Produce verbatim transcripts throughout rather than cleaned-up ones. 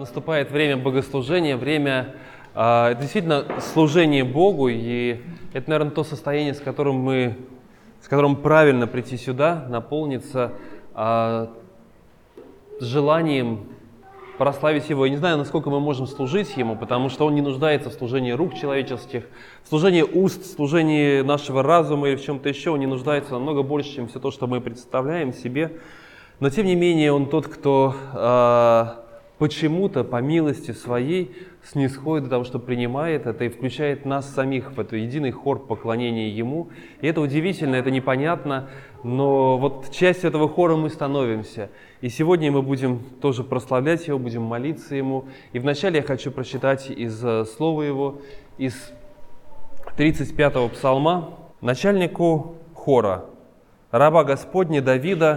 наступает время богослужения, время э, это действительно служение Богу, и это, наверное, то состояние, с которым мы, с которым правильно прийти сюда, наполниться э, желанием прославить Его. Я не знаю, насколько мы можем служить Ему, потому что Он не нуждается в служении рук человеческих, в служении уст, в служении нашего разума или в чем-то еще. Он не нуждается намного больше, чем все то, что мы представляем себе. Но, тем не менее, Он тот, кто э, почему-то, по милости Своей, снисходит до того, что принимает это и включает нас самих в этот единый хор поклонения Ему. И это удивительно, это непонятно, но вот частью этого хора мы становимся. И сегодня мы будем тоже прославлять Его, будем молиться Ему. И вначале я хочу прочитать из Слова Его, из тридцать пятого псалма, начальнику хора, раба Господня Давида: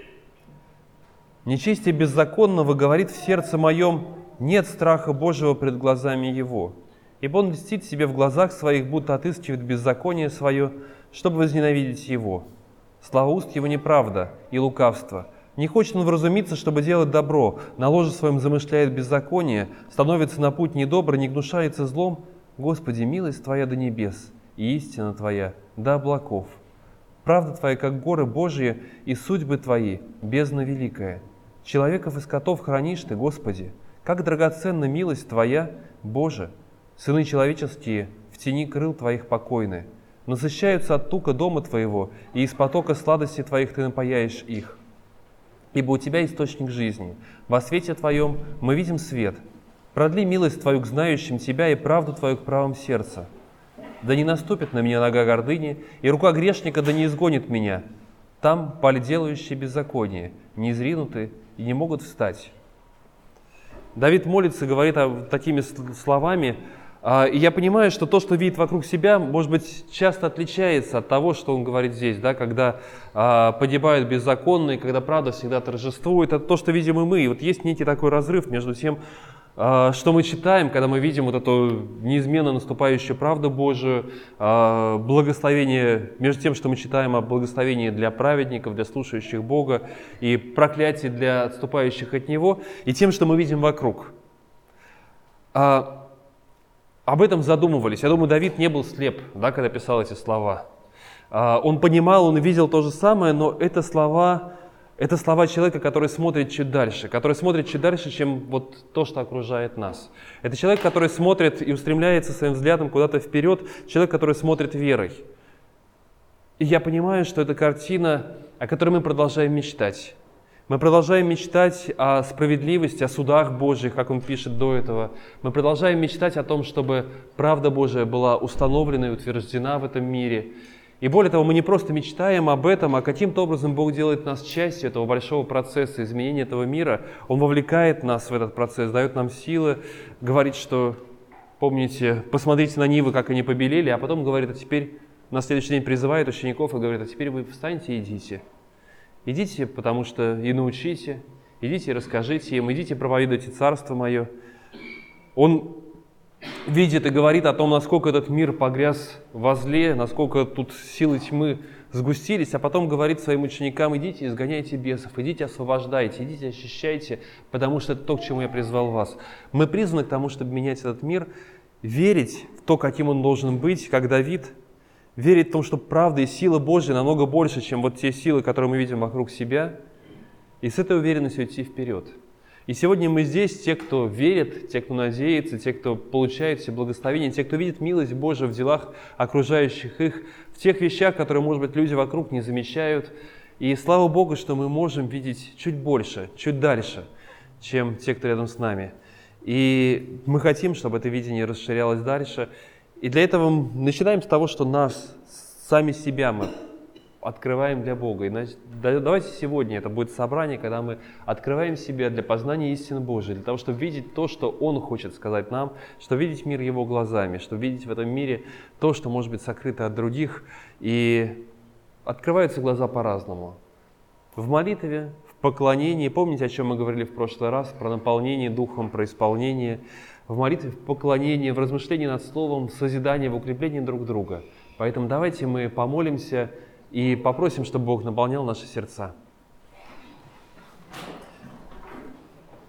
«Нечестие беззаконного говорит в сердце моем, нет страха Божьего пред глазами его. Ибо он льстит себе в глазах своих, будто отыскивает беззаконие свое, чтобы возненавидеть его. Слова уст его неправда и лукавство. Не хочет он вразумиться, чтобы делать добро, на ложе своем замышляет беззаконие, становится на путь недобрый, не гнушается злом. Господи, милость Твоя до небес, и истина Твоя до облаков. Правда Твоя, как горы Божьи, и судьбы Твои, бездна великая. Человеков и скотов хранишь Ты, Господи. Как драгоценна милость Твоя, Боже! Сыны человеческие в тени крыл Твоих покойны. Насыщаются от тука дома Твоего, и из потока сладости Твоих Ты напояешь их. Ибо у Тебя источник жизни. Во свете Твоем мы видим свет. Продли милость Твою к знающим Тебя и правду Твою к правым сердца. Да не наступит на меня нога гордыни, и рука грешника да не изгонит меня. Там пали делающие беззаконие, не изринуты и не могут встать». Давид молится, говорит такими словами, и я понимаю, что то, что видит вокруг себя, может быть, часто отличается от того, что он говорит здесь, да, когда погибают беззаконные, когда правда всегда торжествует. Это то, что видим и мы. И вот есть некий такой разрыв между тем, что мы читаем, когда мы видим вот эту неизменно наступающую правду Божию, благословение, между тем, что мы читаем о благословении для праведников, для слушающих Бога, и проклятии для отступающих от Него, и тем, что мы видим вокруг. Об этом задумывались. Я думаю, Давид не был слеп, да, когда писал эти слова. Он понимал, он видел то же самое, но это слова... Это слова человека, который смотрит чуть дальше, который смотрит чуть дальше, чем вот то, что окружает нас. Это человек, который смотрит и устремляется своим взглядом куда-то вперед, человек, который смотрит верой. И я понимаю, что это картина, о которой мы продолжаем мечтать. Мы продолжаем мечтать о справедливости, о судах Божьих, как он пишет до этого. Мы продолжаем мечтать о том, чтобы правда Божия была установлена и утверждена в этом мире. И более того, мы не просто мечтаем об этом, а каким-то образом Бог делает нас частью этого большого процесса изменения этого мира. Он вовлекает нас в этот процесс, дает нам силы, говорит, что, помните, посмотрите на нивы, как они побелели, а потом говорит, а теперь на следующий день призывает учеников и говорит, а теперь вы встаньте и идите. Идите, потому что и научите, идите и расскажите им, идите проповедуйте Царство Мое. Он видит и говорит о том, насколько этот мир погряз во зле, насколько тут силы тьмы сгустились, а потом говорит своим ученикам: идите, изгоняйте бесов, идите, освобождайте, идите, очищайте, потому что это то, к чему я призвал вас. Мы призваны к тому, чтобы менять этот мир, верить в то, каким он должен быть, как Давид, верить в том, что правда и сила Божья намного больше, чем вот те силы, которые мы видим вокруг себя, и с этой уверенностью идти вперед. И сегодня мы здесь, те, кто верит, те, кто надеется, те, кто получает все благословения, те, кто видит милость Божию в делах окружающих их, в тех вещах, которые, может быть, люди вокруг не замечают. И слава Богу, что мы можем видеть чуть больше, чуть дальше, чем те, кто рядом с нами. И мы хотим, чтобы это видение расширялось дальше. И для этого мы начинаем с того, что нас, сами себя мы открываем для Бога. И давайте сегодня это будет собрание, когда мы открываем себя для познания истины Божией, для того, чтобы видеть то, что Он хочет сказать нам, чтобы видеть мир Его глазами, чтобы видеть в этом мире то, что может быть сокрыто от других. И открываются глаза по-разному. В молитве, в поклонении, помните, о чем мы говорили в прошлый раз, про наполнение Духом, про исполнение, в молитве, в поклонении, в размышлении над Словом, в созидании, в укреплении друг друга. Поэтому давайте мы помолимся и попросим, чтобы Бог наполнял наши сердца.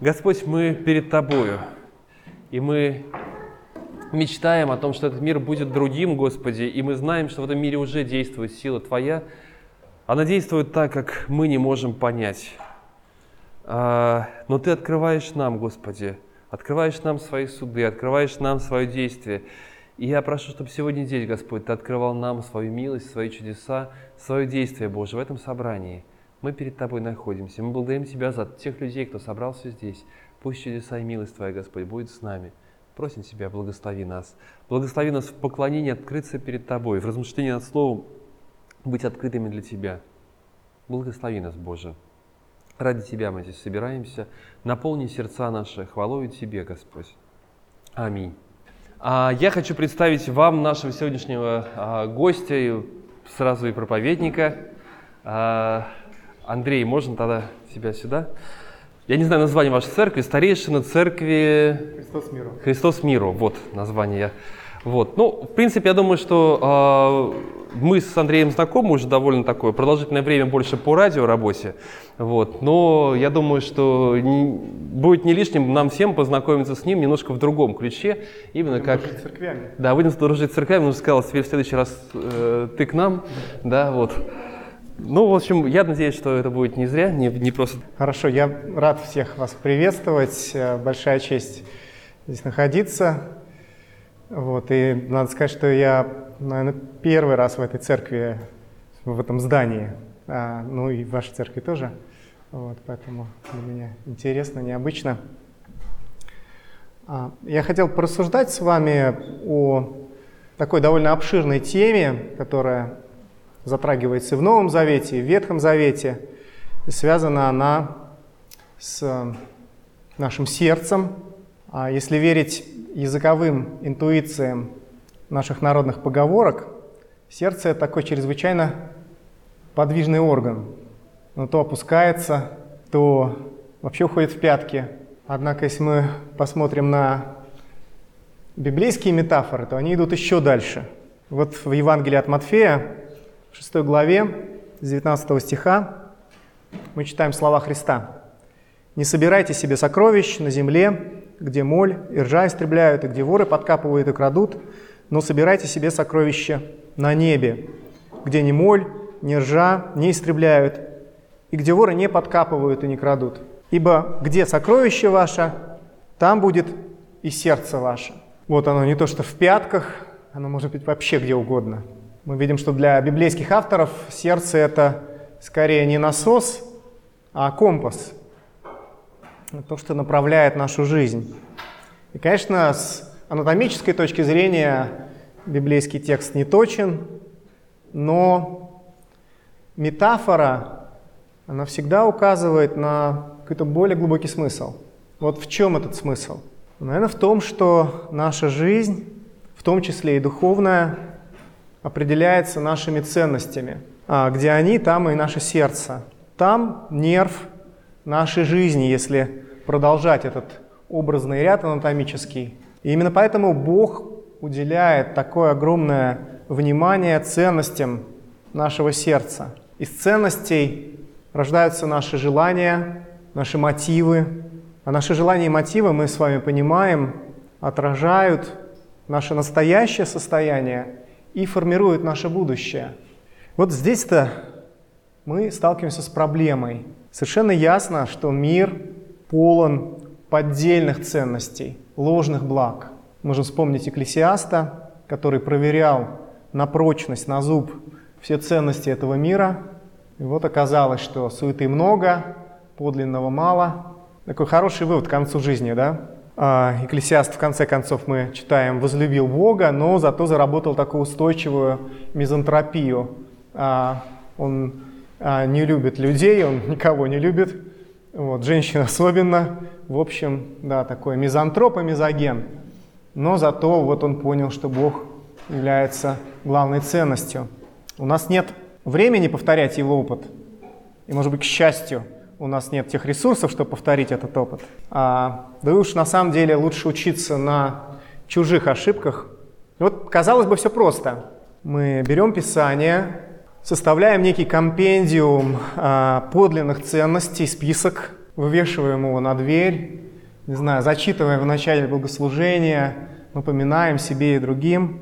Господь, мы перед Тобою, и мы мечтаем о том, что этот мир будет другим, Господи, и мы знаем, что в этом мире уже действует сила Твоя. Она действует так, как мы не можем понять. Но Ты открываешь нам, Господи, открываешь нам свои суды, открываешь нам свое действие. И я прошу, чтобы сегодня здесь, Господь, Ты открывал нам свою милость, свои чудеса, свое действие, Божие, в этом собрании. Мы перед Тобой находимся. Мы благодарим Тебя за тех людей, кто собрался здесь. Пусть чудеса и милость Твоя, Господь, будет с нами. Просим Тебя, благослови нас. Благослови нас в поклонении открыться перед Тобой, в размышлении над Словом быть открытыми для Тебя. Благослови нас, Боже. Ради Тебя мы здесь собираемся. Наполни сердца наши хвалою Тебе, Господь. Аминь. Я хочу представить вам нашего сегодняшнего гостя, и сразу и проповедника. Андрей, можно тогда тебя сюда? Я не знаю название вашей церкви, старейшина церкви... Христос миру. Христос миру, вот название. Вот. Ну, в принципе, я думаю, что э, мы с Андреем знакомы уже довольно такое продолжительное время, больше по радиоработе. Вот. Но я думаю, что не, будет не лишним нам всем познакомиться с ним немножко в другом ключе. Именно будем как... дружить с церквями. Да, будем дружить с церквями. Он уже сказал, теперь в следующий раз э, ты к нам. Да, вот. Ну, в общем, я надеюсь, что это будет не зря, не, не просто... Хорошо, я рад всех вас приветствовать. Большая честь здесь находиться. Вот, и надо сказать, что я, наверное, первый раз в этой церкви, в этом здании, а, ну и в вашей церкви тоже. Вот, поэтому для меня интересно, необычно. А, я хотел порассуждать с вами о такой довольно обширной теме, которая затрагивается и в Новом Завете, и в Ветхом Завете. И связана она с нашим сердцем. А если верить языковым интуициям наших народных поговорок, сердце – это такой чрезвычайно подвижный орган. Оно то опускается, то вообще уходит в пятки. Однако, если мы посмотрим на библейские метафоры, то они идут еще дальше. Вот в Евангелии от Матфея, в шестой главе, с девятнадцатого стиха, мы читаем слова Христа. «Не собирайте себе сокровищ на земле, где моль и ржа истребляют, и где воры подкапывают и крадут, но собирайте себе сокровища на небе, где ни моль, ни ржа не истребляют, и где воры не подкапывают и не крадут. Ибо где сокровище ваше, там будет и сердце ваше». Вот оно, не то что в пятках, оно может быть вообще где угодно. Мы видим, что для библейских авторов сердце – это скорее не насос, а компас. То, что направляет нашу жизнь. И, конечно, с анатомической точки зрения библейский текст не точен, но метафора, она всегда указывает на какой-то более глубокий смысл. Вот в чем этот смысл? Наверное, в том, что наша жизнь, в том числе и духовная, определяется нашими ценностями. А где они, там и наше сердце. Там нерв нашей жизни, если продолжать этот образный ряд анатомический. И именно поэтому Бог уделяет такое огромное внимание ценностям нашего сердца. Из ценностей рождаются наши желания, наши мотивы. А наши желания и мотивы, мы с вами понимаем, отражают наше настоящее состояние и формируют наше будущее. Вот здесь-то мы сталкиваемся с проблемой. Совершенно ясно, что мир полон поддельных ценностей, ложных благ. Можем вспомнить Экклесиаста, который проверял на прочность, на зуб все ценности этого мира. И вот оказалось, что суеты много, подлинного мало. Такой хороший вывод к концу жизни, да? Экклесиаст, в конце концов, мы читаем, возлюбил Бога, но зато заработал такую устойчивую мизантропию. Он не любит людей, он никого не любит, вот, женщин особенно. В общем, да, такой мизантроп и мизоген. Но зато вот он понял, что Бог является главной ценностью. У нас нет времени повторять его опыт. И, может быть, к счастью, у нас нет тех ресурсов, чтобы повторить этот опыт. А, да уж на самом деле лучше учиться на чужих ошибках. И вот, казалось бы, все просто. Мы берем Писание, составляем некий компендиум а, подлинных ценностей, список, вывешиваем его на дверь, не знаю, зачитываем в начале богослужения, напоминаем себе и другим.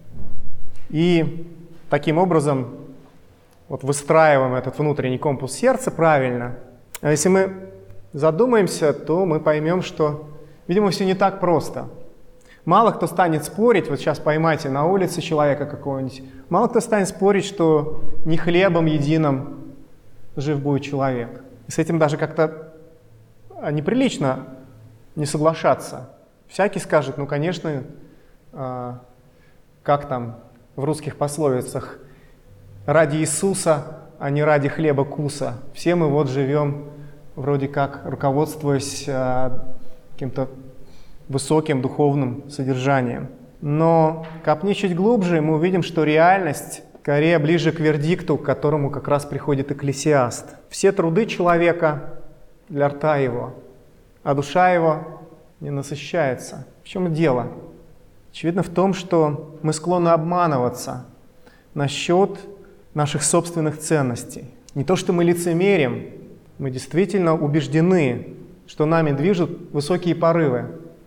И таким образом вот выстраиваем этот внутренний компас сердца правильно. А если мы задумаемся, то мы поймем, что, видимо, все не так просто. Мало кто станет спорить, вот сейчас поймайте на улице человека какого-нибудь, мало кто станет спорить, что не хлебом единым жив будет человек. И с этим даже как-то неприлично не соглашаться. Всякий скажет, ну, конечно, э, как там в русских пословицах, ради Иисуса, а не ради хлеба куса. Все мы вот живем вроде как руководствуясь э, каким-то высоким духовным содержанием. Но копни чуть глубже, и мы увидим, что реальность скорее ближе к вердикту, к которому как раз приходит Экклесиаст. Все труды человека для рта его, а душа его не насыщается. В чем дело? Очевидно в том, что мы склонны обманываться насчет наших собственных ценностей. Не то, что мы лицемерим, мы действительно убеждены, что нами движут высокие порывы,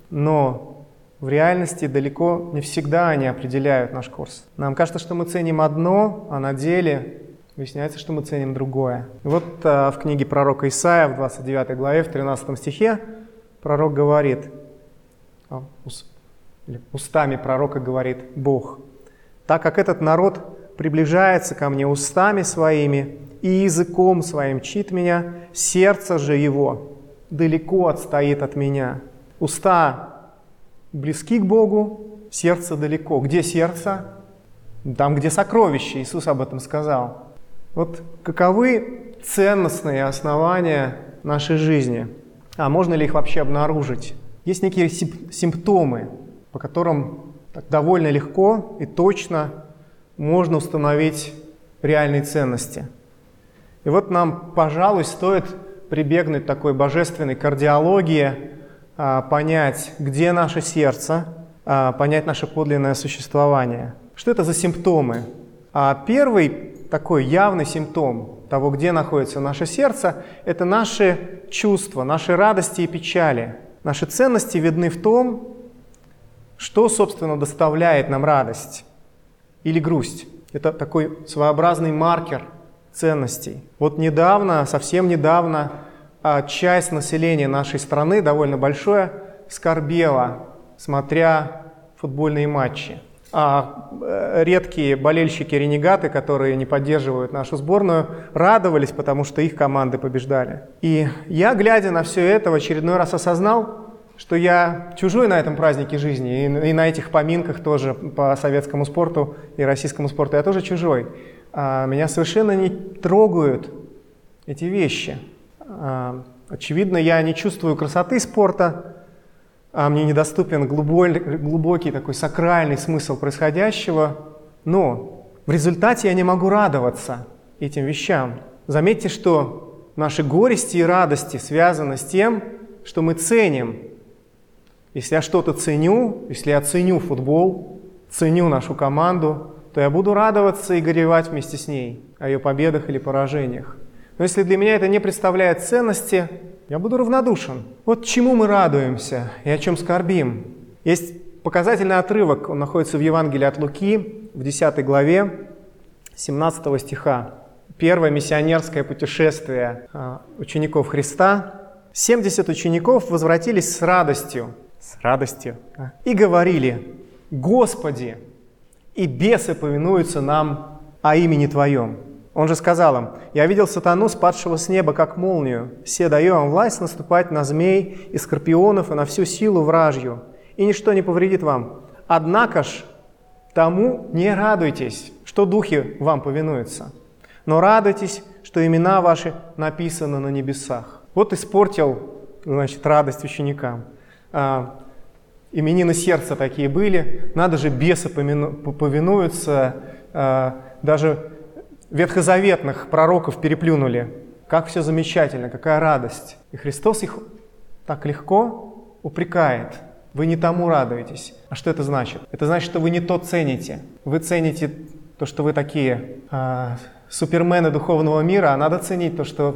но в реальности далеко не всегда они определяют наш курс. Нам кажется, что мы ценим одно, а на деле выясняется, что мы ценим другое. И вот а, в книге пророка Исаия, в двадцать девятой главе, в тринадцатом стихе, пророк говорит, а, ус, или устами пророка говорит Бог: «Так как этот народ приближается ко мне устами своими и языком своим чтит меня, сердце же его далеко отстоит от меня». Уста близки к Богу, сердце далеко. Где сердце? Там, где сокровище. Иисус об этом сказал. Вот каковы ценностные основания нашей жизни? А можно ли их вообще обнаружить? Есть некие симптомы, по которым так довольно легко и точно можно установить реальные ценности. И вот нам, пожалуй, стоит прибегнуть к такой божественной кардиологии, понять, где наше сердце, понять наше подлинное существование. Что это за симптомы? Первый такой явный симптом того, где находится наше сердце, это наши чувства, наши радости и печали. Наши ценности видны в том, что, собственно, доставляет нам радость или грусть. Это такой своеобразный маркер ценностей. Вот недавно, совсем недавно, часть населения нашей страны, довольно большое, скорбела, смотря футбольные матчи. А редкие болельщики-ренегаты, которые не поддерживают нашу сборную, радовались, потому что их команды побеждали. И я, глядя на все это, в очередной раз осознал, что я чужой на этом празднике жизни, и на этих поминках тоже по советскому спорту и российскому спорту я тоже чужой. А меня совершенно не трогают эти вещи. Очевидно, я не чувствую красоты спорта, а мне недоступен глубокий, глубокий такой сакральный смысл происходящего, но в результате я не могу радоваться этим вещам. Заметьте, что наши горести и радости связаны с тем, что мы ценим. Если я что-то ценю, если я ценю футбол, ценю нашу команду, то я буду радоваться и горевать вместе с ней о ее победах или поражениях. Но если для меня это не представляет ценности, я буду равнодушен. Вот чему мы радуемся и о чем скорбим. Есть показательный отрывок, он находится в Евангелии от Луки, в десятой главе, семнадцатого стиха. Первое миссионерское путешествие учеников Христа. семьдесят учеников возвратились с радостью, с радостью, и говорили: «Господи, и бесы повинуются нам о имени Твоем». Он же сказал им: «Я видел сатану, спадшего с неба, как молнию. Се даю вам власть наступать на змей и скорпионов и на всю силу вражью, и ничто не повредит вам. Однако ж тому не радуйтесь, что духи вам повинуются, но радуйтесь, что имена ваши написаны на небесах». Вот испортил, значит, радость ученикам. А, именины сердца такие были, надо же, бесы повинуются, а, даже ветхозаветных пророков переплюнули. Как все замечательно, какая радость. И Христос их так легко упрекает. Вы не тому радуетесь. А что это значит? Это значит, что вы не то цените. Вы цените то, что вы такие э, супермены духовного мира, а надо ценить то, что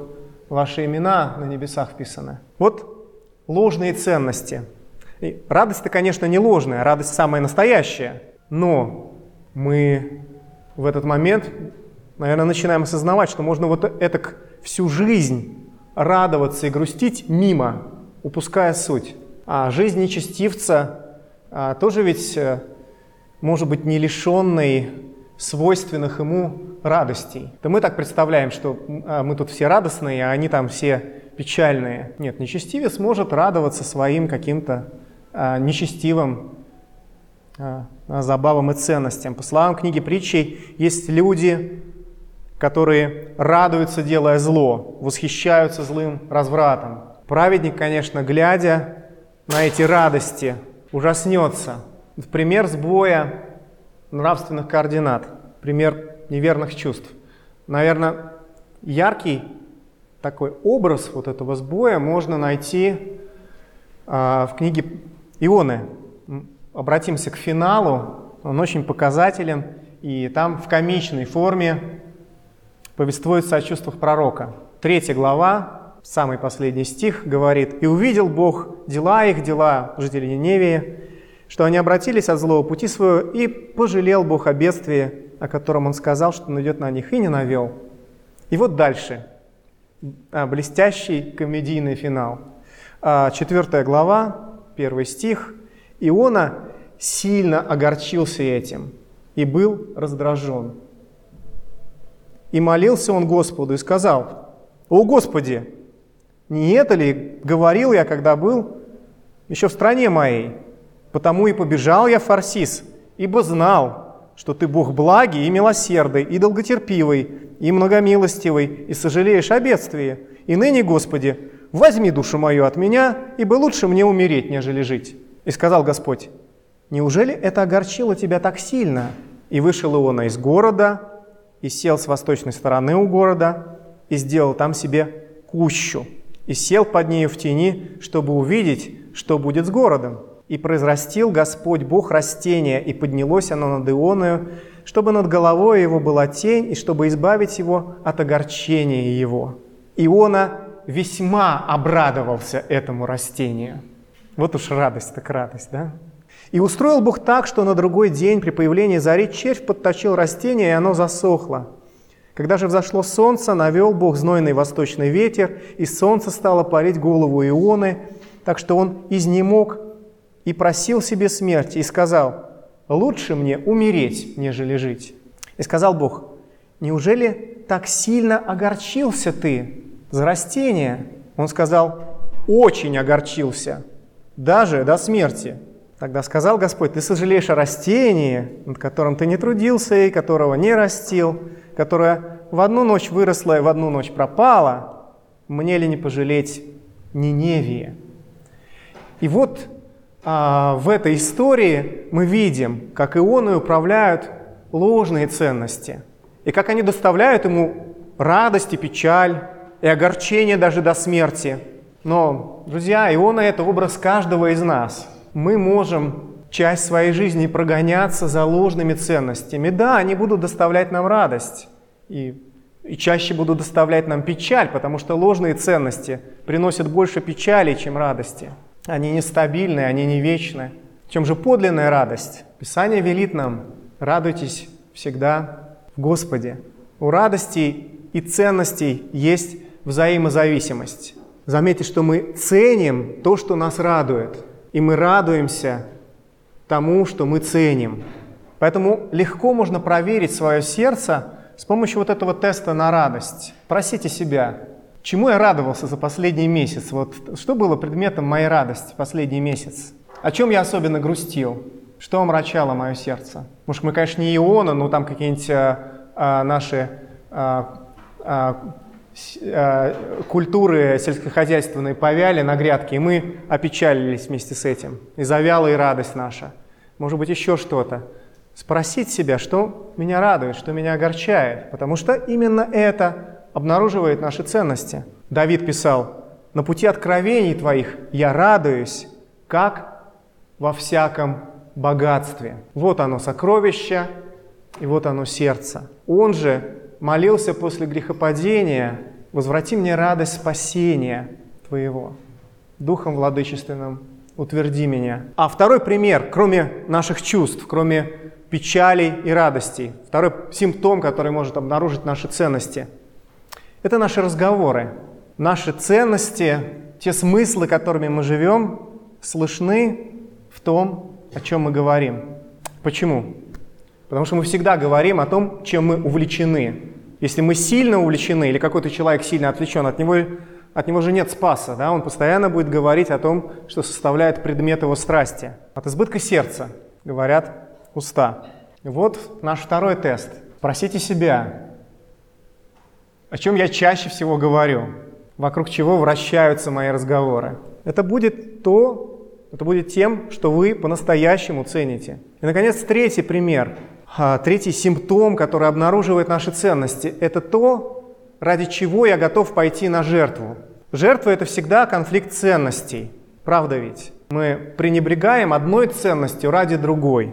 ваши имена на небесах вписаны. Вот ложные ценности. И радость-то, конечно, не ложная, радость самая настоящая. Но мы в этот момент, наверное, начинаем осознавать, что можно вот этак всю жизнь радоваться и грустить мимо, упуская суть. А жизнь нечестивца а, тоже ведь может быть не лишенной свойственных ему радостей. Да мы так представляем, что а, мы тут все радостные, а они там все печальные. Нет, нечестивец может радоваться своим каким-то а, нечестивым а, забавам и ценностям. По словам книги Притчей, есть люди, которые радуются, делая зло, восхищаются злым развратом. Праведник, конечно, глядя на эти радости, ужаснется. Пример сбоя нравственных координат, пример неверных чувств. Наверное, яркий такой образ вот этого сбоя можно найти а, в книге Ионы. Обратимся к финалу, он очень показателен, и там в комичной форме повествуется о чувствах пророка. Третья глава, самый последний стих говорит: «И увидел Бог дела их, дела жителей Ниневии, что они обратились от злого пути своего, и пожалел Бог о бедствии, о котором Он сказал, что найдет на них, и не навел». И вот дальше а, блестящий комедийный финал. А, четвертая глава, первый стих. «Иона сильно огорчился этим и был раздражен. И молился он Господу и сказал: «О Господи, не это ли говорил я, когда был еще в стране моей? Потому и побежал я в Фарсис, ибо знал, что Ты Бог благий и милосердный, и долготерпивый, и многомилостивый, и сожалеешь о бедствии. И ныне, Господи, возьми душу мою от меня, ибо лучше мне умереть, нежели жить». И сказал Господь: «Неужели это огорчило тебя так сильно?» И вышел Иона из города, и сел с восточной стороны у города, и сделал там себе кущу, и сел под нею в тени, чтобы увидеть, что будет с городом. И произрастил Господь Бог растение, и поднялось оно над Ионою, чтобы над головой его была тень, и чтобы избавить его от огорчения его. Иона весьма обрадовался этому растению. Вот уж радость так радость, да? «И устроил Бог так, что на другой день при появлении зари червь подточил растение, и оно засохло. Когда же взошло солнце, навел Бог знойный восточный ветер, и солнце стало палить голову Ионы, так что он изнемог и просил себе смерти, и сказал: лучше мне умереть, нежели жить. И сказал Бог: неужели так сильно огорчился ты за растение? Он сказал: очень огорчился, даже до смерти. Тогда сказал Господь: ты сожалеешь о растении, над которым ты не трудился и которого не растил, которое в одну ночь выросло и в одну ночь пропало. Мне ли не пожалеть Ниневии? И вот а, в этой истории мы видим, как Ионой управляют ложные ценности, и как они доставляют ему радость и печаль, и огорчение даже до смерти. Но, друзья, Иона — это образ каждого из нас. Мы можем часть своей жизни прогоняться за ложными ценностями. Да, они будут доставлять нам радость, и, и чаще будут доставлять нам печаль, потому что ложные ценности приносят больше печали, чем радости. Они нестабильны, они не вечны. В чем же подлинная радость? Писание велит нам: радуйтесь всегда в Господе. У радостей и ценностей есть взаимозависимость. Заметьте, что мы ценим то, что нас радует, и мы радуемся тому, что мы ценим. Поэтому легко можно проверить свое сердце с помощью вот этого теста на радость. Спросите себя: чему я радовался за последний месяц? Вот что было предметом моей радости последний месяц? О чем я особенно грустил? Что омрачало мое сердце? Может, мы, конечно, не Иона, но там какие-нибудь а, а, наши а, а, культуры сельскохозяйственные повяли на грядке, и мы опечалились вместе с этим. И завяла и радость наша. Может быть, еще что-то. Спросить себя, что меня радует, что меня огорчает, потому что именно это обнаруживает наши ценности. Давид писал: «На пути откровений твоих я радуюсь, как во всяком богатстве». Вот оно сокровище, и вот оно сердце. Он же молился после грехопадения возврати мне радость спасения Твоего. Духом владычественным утверди меня. А второй пример, кроме наших чувств, кроме печалей и радостей, второй симптом, который может обнаружить наши ценности, это наши разговоры. Наши ценности, те смыслы, которыми мы живем, слышны в том, о чем мы говорим. Почему? Потому что мы всегда говорим о том, чем мы увлечены. Если мы сильно увлечены, или какой-то человек сильно отвлечен, от него, от него же нет спаса. Да? Он постоянно будет говорить о том, что составляет предмет его страсти. От избытка сердца, говорят уста. Вот наш второй тест. Спросите себя, о чем я чаще всего говорю, вокруг чего вращаются мои разговоры. Это будет то, это будет тем, что вы по-настоящему цените. И, наконец, третий пример. Третий симптом, который обнаруживает наши ценности, это то, ради чего я готов пойти на жертву. Жертва – это всегда конфликт ценностей. Правда ведь? Мы пренебрегаем одной ценностью ради другой,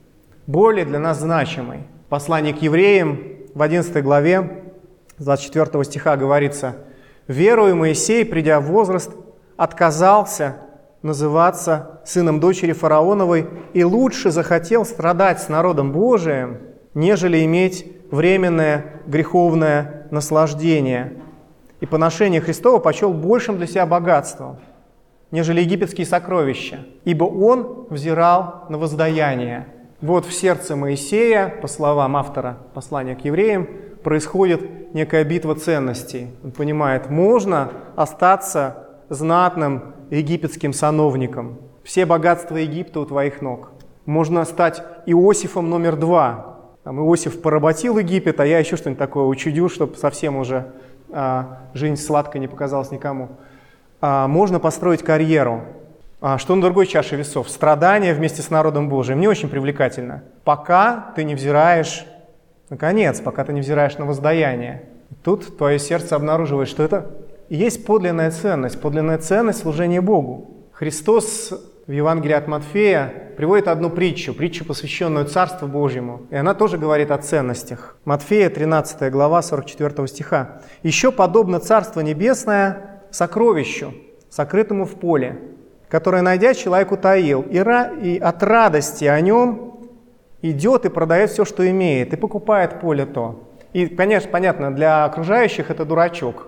более для нас значимой. В послании к евреям в одиннадцатой главе, с двадцать четвёртого стиха говорится: «Веруя Моисей, придя в возраст, отказался называться сыном дочери фараоновой и лучше захотел страдать с народом Божиим, нежели иметь временное греховное наслаждение. И поношение Христова почел большим для себя богатством, нежели египетские сокровища, ибо он взирал на воздаяние». Вот в сердце Моисея, по словам автора послания к евреям, происходит некая битва ценностей. Он понимает, можно остаться знатным египетским сановником. Все богатства Египта у твоих ног. Можно стать Иосифом номер два. Там Иосиф поработил Египет, а я еще что-нибудь такое учудю, чтобы совсем уже а, жизнь сладкой не показалась никому. А, можно построить карьеру. А, что на другой чаше весов? Страдания вместе с народом Божиим. Не очень привлекательно. Пока ты не взираешь, наконец, пока ты не взираешь на воздаяние. Тут твое сердце обнаруживает, что это есть подлинная ценность, подлинная ценность служения Богу. Христос в Евангелии от Матфея приводит одну притчу, притчу, посвященную Царству Божьему, и она тоже говорит о ценностях. Матфея, тринадцатая глава, сорок четвёртого стиха. «Еще подобно Царство Небесное сокровищу, сокрытому в поле, которое, найдя, человек утаил, и, ра- и от радости о нем идет и продает все, что имеет, и покупает поле то». И, конечно, понятно, для окружающих это дурачок.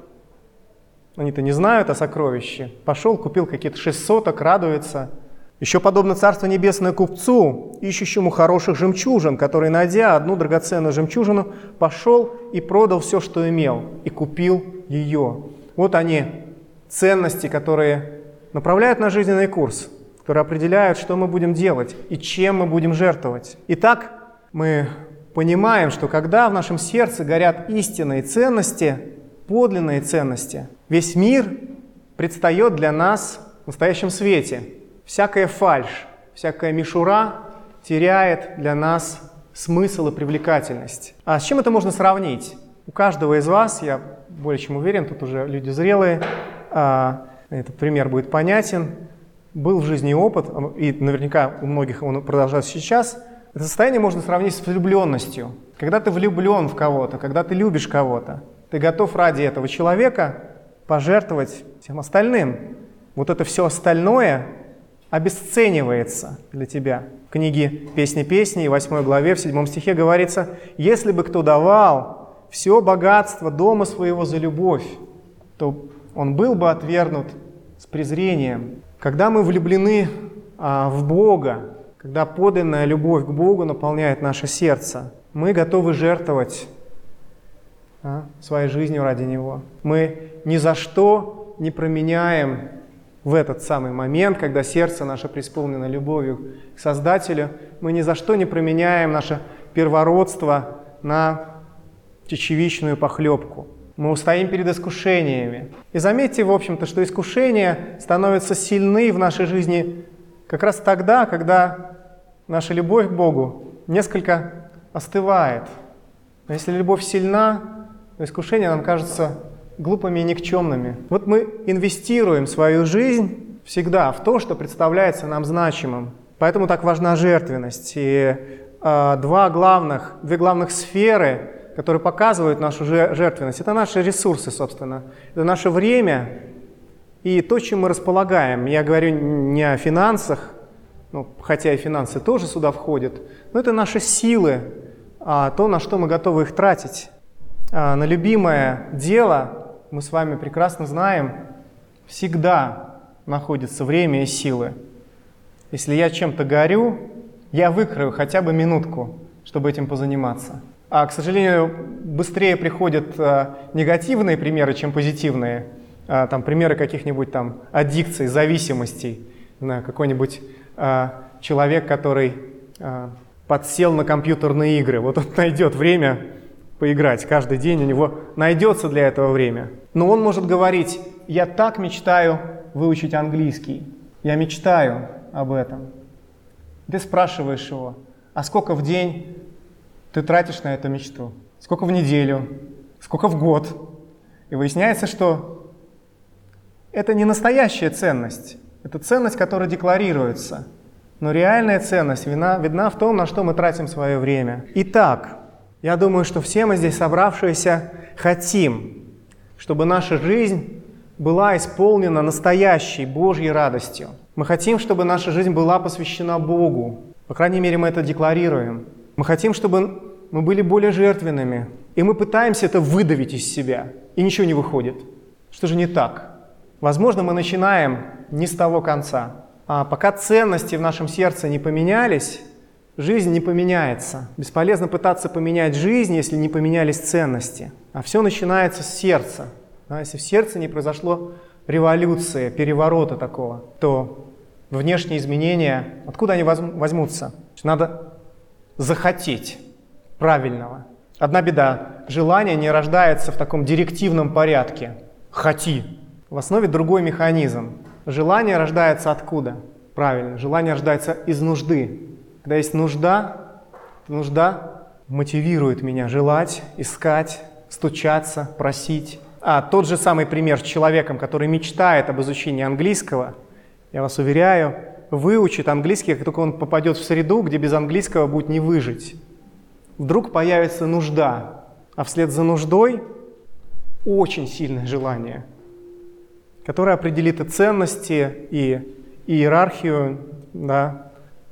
Они-то не знают о сокровище. Пошел, купил какие-то шесть соток, радуется. Еще подобно Царство Небесное купцу, ищущему хороших жемчужин, который, найдя одну драгоценную жемчужину, пошел и продал все, что имел, и купил ее. Вот они, ценности, которые направляют наш жизненный курс, которые определяют, что мы будем делать и чем мы будем жертвовать. Итак, мы понимаем, что когда в нашем сердце горят истинные ценности, подлинные ценности, весь мир предстает для нас в настоящем свете. Всякая фальшь, всякая мишура теряет для нас смысл и привлекательность. А с чем это можно сравнить? У каждого из вас, я более чем уверен, тут уже люди зрелые, этот пример будет понятен, был в жизни опыт, и наверняка у многих он продолжается сейчас. Это состояние можно сравнить с влюбленностью. Когда ты влюблен в кого-то, когда ты любишь кого-то, ты готов ради этого человека пожертвовать всем остальным. Вот это все остальное обесценивается для тебя. В книге «Песни песней», восьмой главе, в седьмом стихе говорится: «Если бы кто давал все богатство дома своего за любовь, то он был бы отвергнут с презрением». Когда мы влюблены а, в Бога, когда подлинная любовь к Богу наполняет наше сердце, мы готовы жертвовать а, своей жизнью ради Него. Мы ни за что не променяем в этот самый момент, когда сердце наше преисполнено любовью к Создателю, мы ни за что не променяем наше первородство на чечевичную похлебку. Мы устоим перед искушениями. И заметьте, в общем-то, что искушения становятся сильны в нашей жизни как раз тогда, когда наша любовь к Богу несколько остывает. Но если любовь сильна, то искушения нам кажутся глупыми и никчемными. Вот мы инвестируем свою жизнь всегда в то, что представляется нам значимым. Поэтому так важна жертвенность. И э, два главных, две главных сферы которые показывают нашу жертвенность, это наши ресурсы, собственно. Это наше время и то, чем мы располагаем. Я говорю не о финансах, ну, хотя и финансы тоже сюда входят, но это наши силы, а то, на что мы готовы их тратить. А на любимое дело, мы с вами прекрасно знаем, всегда находится время и силы. Если я чем-то горю, я выкрою хотя бы минутку, чтобы этим позаниматься. А, к сожалению, быстрее приходят а, негативные примеры, чем позитивные. А, там, примеры каких-нибудь там аддикций, зависимостей. На какой-нибудь а, человек, который а, подсел на компьютерные игры. Вот он найдет время поиграть. Каждый день у него найдется для этого время. Но он может говорить: я так мечтаю выучить английский. Я мечтаю об этом. Ты спрашиваешь его: а сколько в день ты тратишь на эту мечту? Сколько в неделю? Сколько в год? И выясняется, что это не настоящая ценность. Это ценность, которая декларируется. Но реальная ценность видна, видна в том, на что мы тратим свое время. Итак, я думаю, что все мы здесь собравшиеся хотим, чтобы наша жизнь была исполнена настоящей Божьей радостью. Мы хотим, чтобы наша жизнь была посвящена Богу. По крайней мере, мы это декларируем. Мы хотим, чтобы мы были более жертвенными. И мы пытаемся это выдавить из себя. И ничего не выходит. Что же не так? Возможно, мы начинаем не с того конца. А пока ценности в нашем сердце не поменялись, жизнь не поменяется. Бесполезно пытаться поменять жизнь, если не поменялись ценности. А все начинается с сердца. А если в сердце не произошло революции, переворота такого, то внешние изменения, откуда они возьмутся? Надо захотеть правильного. Одна беда. Желание не рождается в таком директивном порядке. Хоти. В основе другой механизм. Желание рождается откуда? Правильно. Желание рождается из нужды. Когда есть нужда, нужда мотивирует меня желать, искать, стучаться, просить. А тот же самый пример с человеком, который мечтает об изучении английского, я вас уверяю, выучит английский, как только он попадет в среду, где без английского будет не выжить. Вдруг появится нужда, а вслед за нуждой очень сильное желание, которое определит и ценности, и иерархию, да,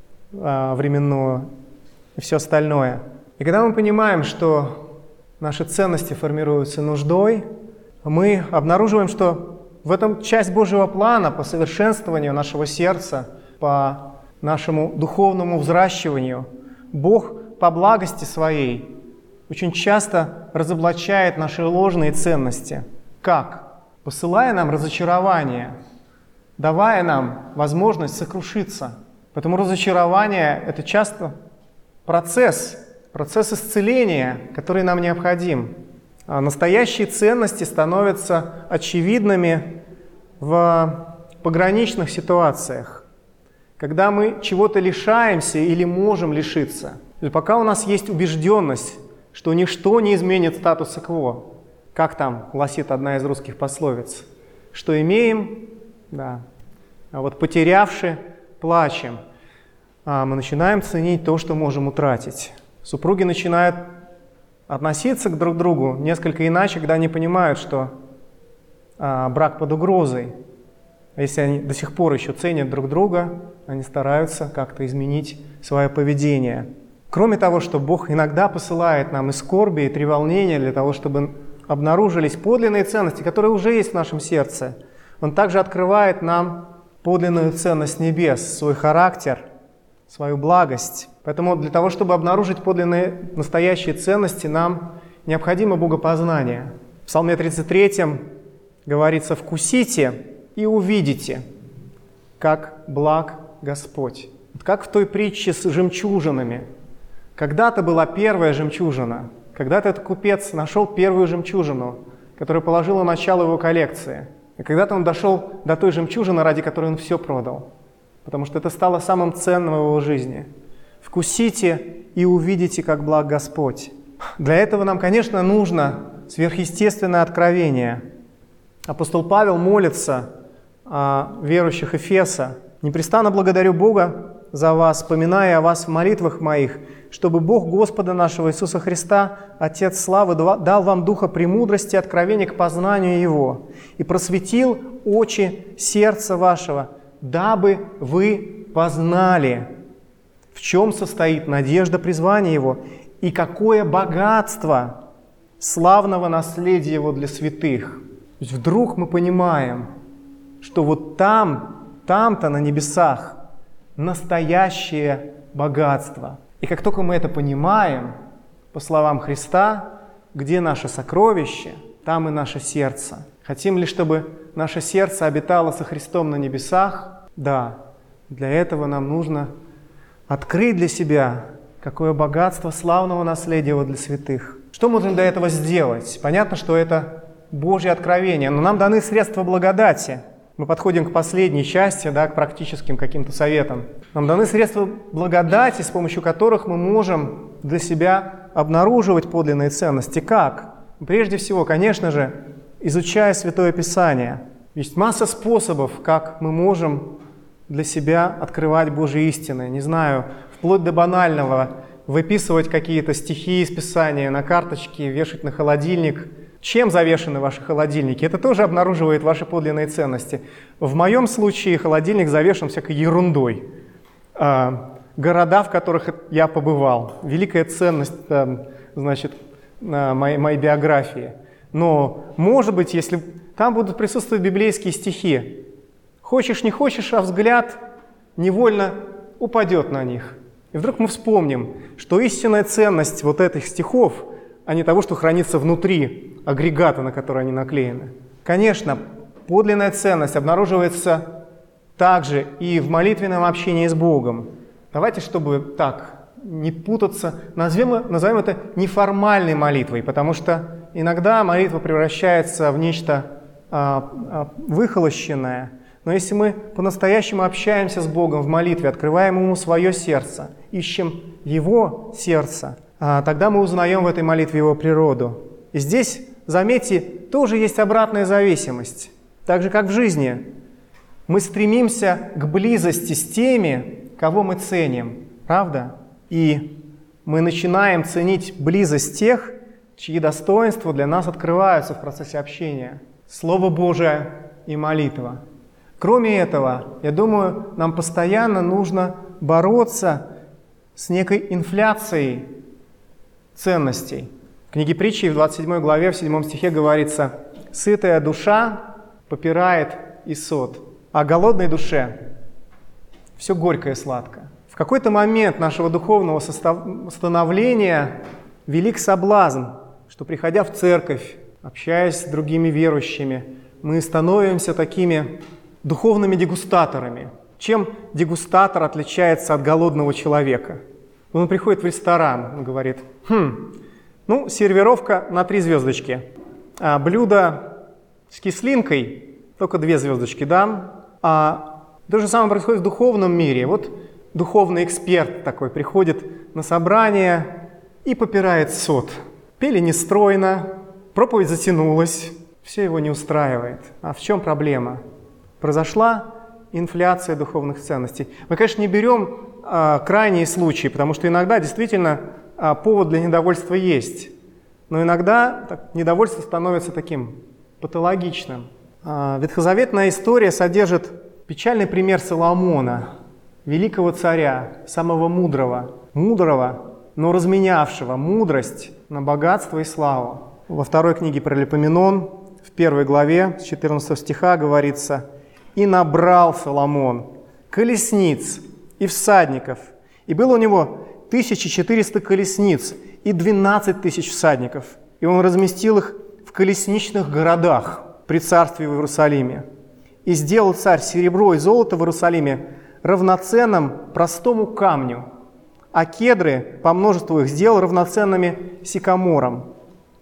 временную, и все остальное. И когда мы понимаем, что наши ценности формируются нуждой, мы обнаруживаем, что в этом часть Божьего плана по совершенствованию нашего сердца, по нашему духовному взращиванию. Бог по благости Своей очень часто разоблачает наши ложные ценности. Как? Посылая нам разочарование, давая нам возможность сокрушиться. Поэтому разочарование – это часто процесс, процесс исцеления, который нам необходим. А настоящие ценности становятся очевидными в пограничных ситуациях, когда мы чего-то лишаемся или можем лишиться. И пока у нас есть убежденность, что ничто не изменит статуса кво, как там гласит одна из русских пословиц, что имеем, да, а вот потерявши, плачем. А мы начинаем ценить то, что можем утратить. Супруги начинают относиться к друг другу несколько иначе, когда они понимают, что а, брак под угрозой. А если они до сих пор еще ценят друг друга, они стараются как-то изменить свое поведение. Кроме того, что Бог иногда посылает нам и скорби, и треволнения для того, чтобы обнаружились подлинные ценности, которые уже есть в нашем сердце. Он также открывает нам подлинную ценность небес, свой характер, свою благость. Поэтому для того, чтобы обнаружить подлинные настоящие ценности, нам необходимо богопознание. В Псалме тридцать третьем говорится: «Вкусите и увидите, как благ Господь». Вот как в той притче с жемчужинами. Когда-то была первая жемчужина, когда-то этот купец нашел первую жемчужину, которая положила начало его коллекции. И когда-то он дошел до той жемчужины, ради которой он все продал, потому что это стало самым ценным в его жизни. «Вкусите и увидите, как благ Господь». Для этого нам, конечно, нужно сверхъестественное откровение. Апостол Павел молится о верующих Эфеса: «Непрестанно благодарю Бога за вас, поминая о вас в молитвах моих, чтобы Бог Господа нашего Иисуса Христа, Отец славы, дал вам духа премудрости и откровения к познанию Его, и просветил очи сердца вашего, дабы вы познали, в чем состоит надежда призвания Его, и какое богатство славного наследия Его для святых». То есть вдруг мы понимаем, что вот там, там-то на небесах настоящее богатство. И как только мы это понимаем, по словам Христа, где наше сокровище, там и наше сердце. Хотим ли, чтобы наше сердце обитало со Христом на небесах? Да. Для этого нам нужно открыть для себя, какое богатство славного наследия Его для святых. Что можем для этого сделать? Понятно, что это Божье откровение, но нам даны средства благодати. Мы подходим к последней части, да, к практическим каким-то советам. Нам даны средства благодати, с помощью которых мы можем для себя обнаруживать подлинные ценности. Как? Прежде всего, конечно же, изучая Святое Писание. Есть масса способов, как мы можем для себя открывать Божьи истины. Не знаю, вплоть до банального, выписывать какие-то стихи из Писания на карточки, вешать на холодильник. Чем завешены ваши холодильники? Это тоже обнаруживает ваши подлинные ценности. В моем случае холодильник завешен всякой ерундой. А, города, в которых я побывал. Великая ценность, значит, моей, моей биографии. Но, может быть, если там будут присутствовать библейские стихи, хочешь не хочешь, а взгляд невольно упадет на них. И вдруг мы вспомним, что истинная ценность вот этих стихов, а не того, что хранится внутри агрегата, на который они наклеены. Конечно, подлинная ценность обнаруживается также и в молитвенном общении с Богом. Давайте, чтобы так не путаться, назовем, назовем это неформальной молитвой, потому что иногда молитва превращается в нечто а, а, выхолощенное. Но если мы по-настоящему общаемся с Богом в молитве, открываем Ему свое сердце, ищем Его сердце, а, тогда мы узнаем в этой молитве Его природу. И здесь, заметьте, тоже есть обратная зависимость. Так же, как в жизни. Мы стремимся к близости с теми, кого мы ценим. Правда? И мы начинаем ценить близость тех, чьи достоинства для нас открываются в процессе общения. Слово Божие и молитва. Кроме этого, я думаю, нам постоянно нужно бороться с некой инфляцией ценностей. В книге Притчи в двадцать седьмой главе, в седьмом стихе говорится: «Сытая душа попирает и сот, а голодной душе все горько и сладко». В какой-то момент нашего духовного становления велик соблазн, что, приходя в церковь, общаясь с другими верующими, мы становимся такими духовными дегустаторами. Чем дегустатор отличается от голодного человека? Он приходит в ресторан, он говорит: «Хм, ну, сервировка на три звездочки, а блюдо с кислинкой, только две звездочки дам». А то же самое происходит в духовном мире. Вот духовный эксперт такой приходит на собрание и попирает сот. Пели нестройно, проповедь затянулась, все его не устраивает. А в чем проблема? Произошла инфляция духовных ценностей. Мы, конечно, не берем а, крайние случаи, потому что иногда действительно а, повод для недовольства есть. Но иногда так, недовольство становится таким патологичным. А, ветхозаветная история содержит печальный пример Соломона, великого царя, самого мудрого, мудрого, но разменявшего мудрость на богатство и славу. Во второй книге Паралипоменон, в первой главе, с четырнадцатого стиха говорится: «И набрал Соломон колесниц и всадников, и было у него тысяча четыреста колесниц и двенадцать тысяч всадников, и он разместил их в колесничных городах при царстве в Иерусалиме. И сделал царь серебро и золото в Иерусалиме равноценным простому камню, а кедры по множеству их сделал равноценными сикаморам,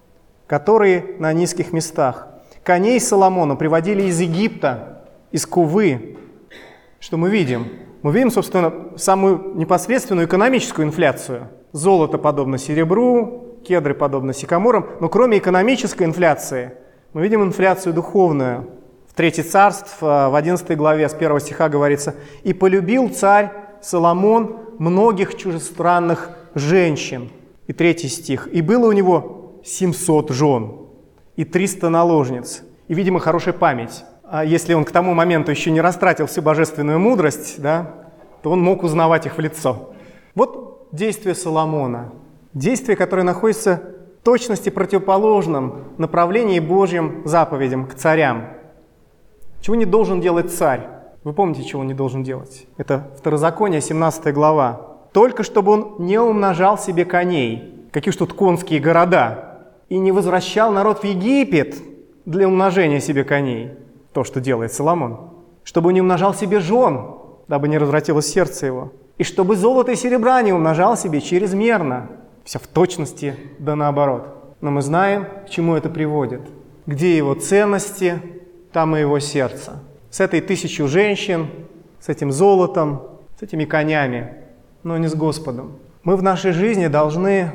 которые на низких местах. Коней Соломона приводили из Египта, из Кувы». Что мы видим? Мы видим, собственно, самую непосредственную экономическую инфляцию. Золото подобно серебру, кедры подобно сикаморам. Но кроме экономической инфляции, мы видим инфляцию духовную. В Третье царство, в одиннадцатой главе, с первого стиха говорится: «И полюбил царь Соломон многих чужестранных женщин. И третий стих. И было у него семьсот жен и триста наложниц. И, видимо, хорошая память. А если он к тому моменту еще не растратил всю божественную мудрость, да, то он мог узнавать их в лицо. Вот действие Соломона. Действие, которое находится в точности противоположном направлении Божьим заповедям к царям. Чего не должен делать царь? Вы помните, чего он не должен делать? Это Второзаконие, семнадцатая глава. Только чтобы он не умножал себе коней. Какие ж тут конские города. И не возвращал народ в Египет для умножения себе коней. То, что делает Соломон. Чтобы он не умножал себе жен, дабы не развратилось сердце его. И чтобы золото и серебра не умножал себе чрезмерно. Все в точности, да наоборот. Но мы знаем, к чему это приводит. Где его ценности, там и его сердце. С этой тысячей женщин, с этим золотом, с этими конями, но не с Господом. Мы в нашей жизни должны,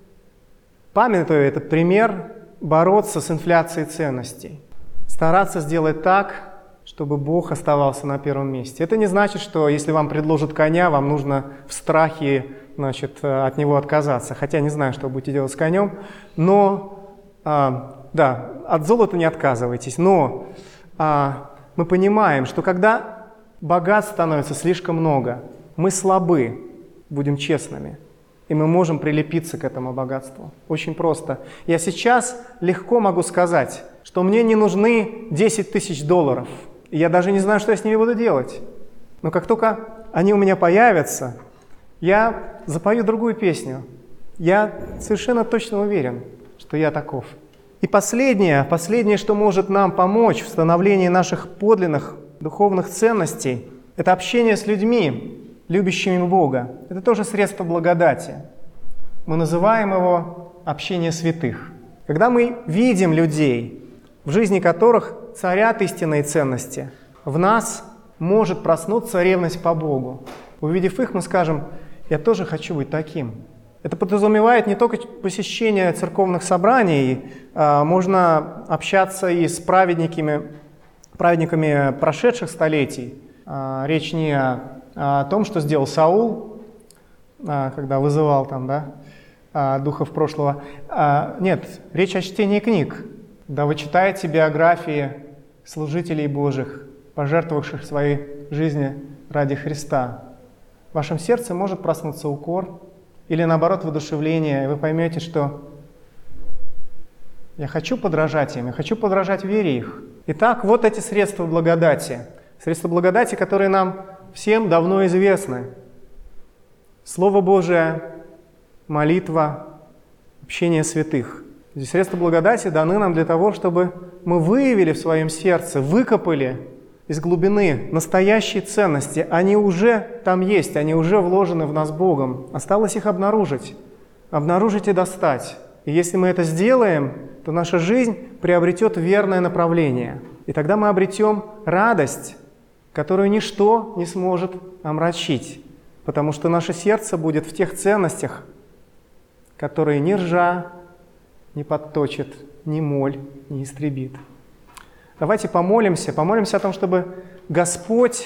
памятуя этот пример, бороться с инфляцией ценностей. Стараться сделать так, чтобы Бог оставался на первом месте. Это не значит, что если вам предложат коня, вам нужно в страхе, значит, от него отказаться. Хотя не знаю, что вы будете делать с конем. Но, а, да, от золота не отказывайтесь. Но а, мы понимаем, что когда богатств становится слишком много, мы слабы, будем честными. И мы можем прилепиться к этому богатству. Очень просто. Я сейчас легко могу сказать, что мне не нужны десять тысяч долларов. И я даже не знаю, что я с ними буду делать. Но как только они у меня появятся, я запою другую песню. Я совершенно точно уверен, что я таков. И последнее, последнее, что может нам помочь в становлении наших подлинных духовных ценностей, это общение с людьми, любящими Бога. Это тоже средство благодати. Мы называем его общение святых. Когда мы видим людей, в жизни которых царят истинные ценности, в нас может проснуться ревность по Богу. Увидев их, мы скажем: я тоже хочу быть таким. Это подразумевает не только посещение церковных собраний, а можно общаться и с праведниками, праведниками прошедших столетий. А, речь не о, о том, что сделал Саул, а, когда вызывал там, да, а, духов прошлого. А, нет, речь о чтении книг. Да, вы читаете биографии служителей Божьих, пожертвовавших своей жизни ради Христа. В вашем сердце может проснуться укор или, наоборот, воодушевление, и вы поймете, что я хочу подражать им, я хочу подражать вере их. Итак, вот эти средства благодати. Средства благодати, которые нам всем давно известны. Слово Божие, молитва, общение святых. Эти средства благодати даны нам для того, чтобы мы выявили в своем сердце, выкопали из глубины настоящие ценности. Они уже там есть, они уже вложены в нас Богом. Осталось их обнаружить, обнаружить и достать. И если мы это сделаем, то наша жизнь приобретет верное направление. И тогда мы обретем радость, которую ничто не сможет омрачить, потому что наше сердце будет в тех ценностях, которые ни ржа не подточит, ни моль не истребит. Давайте помолимся, помолимся о том, чтобы Господь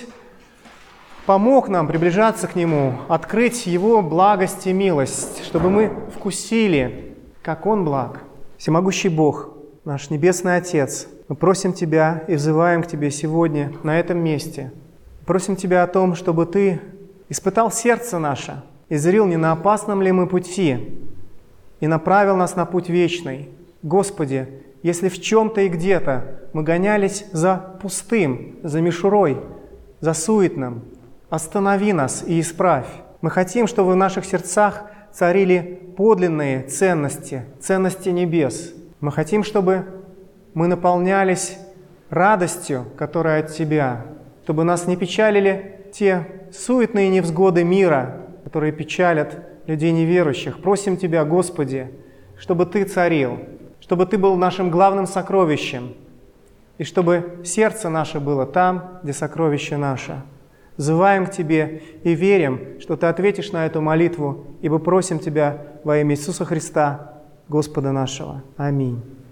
помог нам приближаться к Нему, открыть Его благость и милость, чтобы мы вкусили, как Он благ. Всемогущий Бог, наш Небесный Отец, мы просим Тебя и взываем к Тебе сегодня на этом месте. Просим Тебя о том, чтобы Ты испытал сердце наше и зрил, не на опасном ли мы пути, и направил нас на путь вечный. Господи, если в чем-то и где-то мы гонялись за пустым, за мишурой, за суетным, останови нас и исправь. Мы хотим, чтобы в наших сердцах царили подлинные ценности, ценности небес. Мы хотим, чтобы мы наполнялись радостью, которая от Тебя, чтобы нас не печалили те суетные невзгоды мира, которые печалят людей неверующих. Просим Тебя, Господи, чтобы Ты царил, чтобы Ты был нашим главным сокровищем, и чтобы сердце наше было там, где сокровище наше. Взываем к Тебе и верим, что Ты ответишь на эту молитву, ибо просим Тебя во имя Иисуса Христа, Господа нашего. Аминь.